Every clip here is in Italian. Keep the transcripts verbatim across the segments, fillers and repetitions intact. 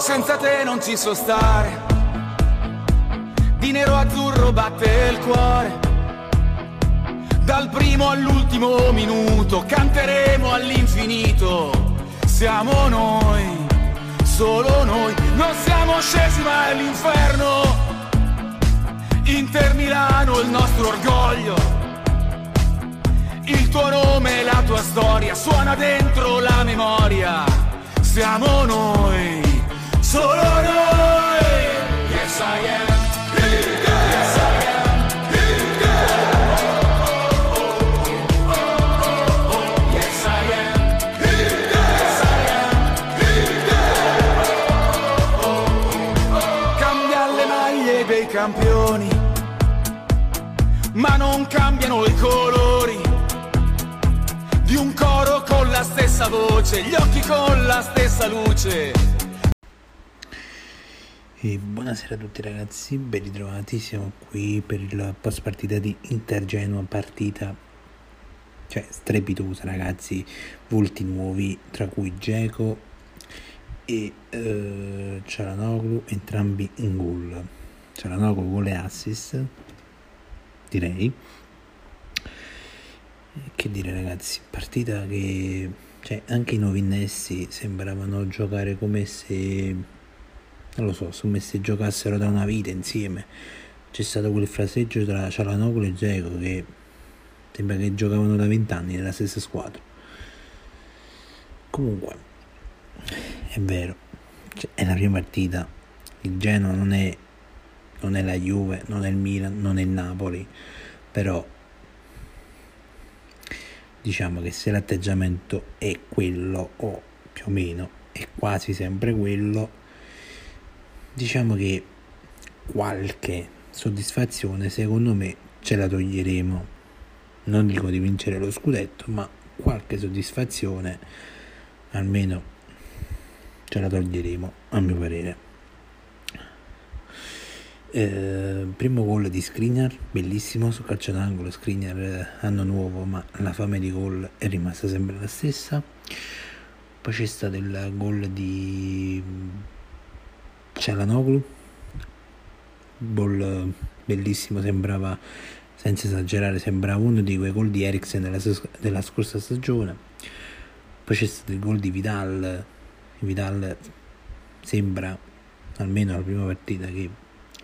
Senza te non ci so stare, di nero azzurro batte il cuore. Dal primo all'ultimo minuto canteremo all'infinito. Siamo noi, solo noi, non siamo scesi mai all'inferno. Inter Milano il nostro orgoglio, il tuo nome e la tua storia suona dentro la memoria. Siamo noi, solo noi. Yes I am. Yes I am. Yes I am. Yes I am. Cambia le maglie dei campioni, ma non cambiano i colori di un coro con la stessa voce, gli occhi con la stessa luce. E buonasera a tutti ragazzi, ben ritrovati, siamo qui per il post partita di Inter Genoa, partita cioè strepitosa ragazzi, volti nuovi tra cui Dzeko e eh, Çalhanoğlu, entrambi in gol. Çalhanoğlu gol e assist direi. Che dire ragazzi, partita che cioè anche i nuovi innesti sembravano giocare come se non lo so, come se giocassero da una vita insieme. C'è stato quel fraseggio tra Çalhanoğlu e Dzeko che sembra che giocavano da vent'anni nella stessa squadra. Comunque è vero, cioè, è la prima partita, il Genoa non è non è la Juve, non è il Milan, non è il Napoli, però diciamo che se l'atteggiamento è quello o più o meno è quasi sempre quello, diciamo che qualche soddisfazione secondo me ce la toglieremo. Non dico di vincere lo scudetto, ma qualche soddisfazione almeno ce la toglieremo a mio parere. Eh, primo gol di Skriniar, bellissimo su calcio d'angolo. Skriniar eh, anno nuovo, ma la fame di gol è rimasta sempre la stessa. Poi c'è stato il gol di Çalhanoğlu, gol bellissimo, sembrava, senza esagerare, sembrava uno di quei gol di Eriksen della, della scorsa stagione. Poi c'è stato il gol di Vidal. Vidal sembra, almeno la prima partita, che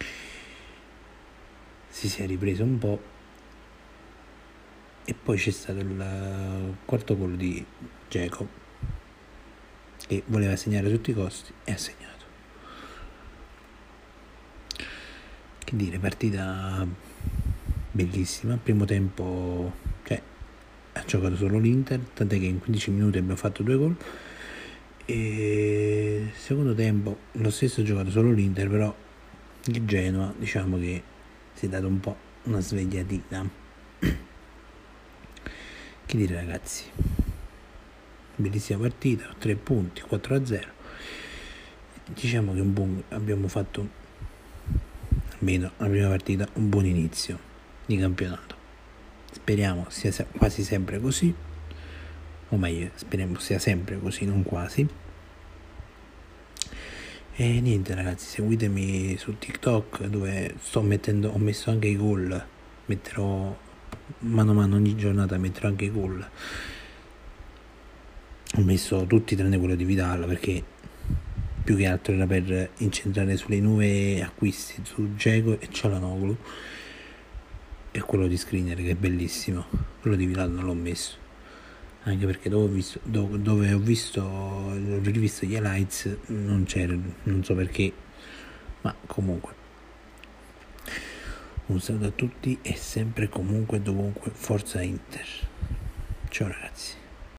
si sia ripreso un po'. E poi c'è stato il quarto gol di Dzeko, che voleva segnare a tutti i costi e ha segnato. Che dire, partita bellissima. Primo tempo cioè ha giocato solo l'Inter, tant'è che in quindici minuti abbiamo fatto due gol. E secondo tempo lo stesso ha giocato solo l'Inter, però il Genoa diciamo che si è dato un po' una svegliatina. Che dire ragazzi, bellissima partita, tre punti, quattro a zero. Diciamo che un buon, abbiamo fatto almeno la prima partita un buon inizio di campionato. Speriamo sia quasi sempre così, o meglio speriamo sia sempre così, non quasi. E niente ragazzi, seguitemi su TikTok, dove sto mettendo, ho messo anche i gol, metterò mano a mano ogni giornata, metterò anche i gol. Ho messo tutti tranne quello di Vidal, perché più che altro era per incentrare sulle nuove acquisti, su Dzeko e Çalhanoğlu, e quello di Skriniar che è bellissimo. Quello di Vidal non l'ho messo, anche perché dove ho visto, dove, dove ho visto ho rivisto gli highlights non c'era, non so perché, ma comunque un saluto a tutti e sempre e comunque dovunque forza Inter. Ciao ragazzi.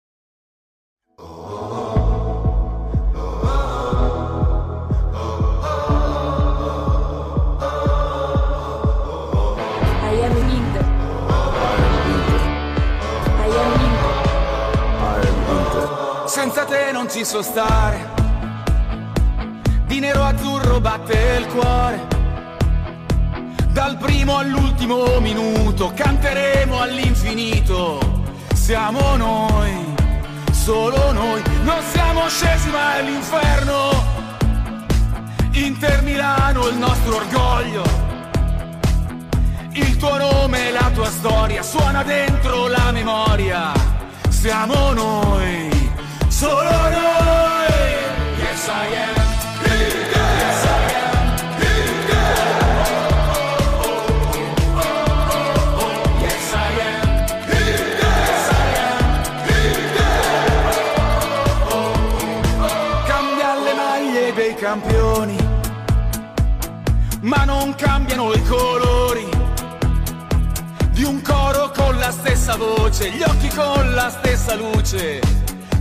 Senza te non ci so stare, di nero azzurro batte il cuore. Dal primo all'ultimo minuto canteremo all'infinito. Siamo noi, solo noi, non siamo scesi mai all'inferno. Inter Milano, il nostro orgoglio, il tuo nome e la tua storia, suona dentro la memoria. Siamo noi, solo noi. Yes I am. Yes I am. Oh, oh, oh, oh, oh. Yes I am. Yes I am. Oh, oh, oh. Cambia le maglie dei campioni, ma non cambiano i colori di un coro con la stessa voce, gli occhi con la stessa luce.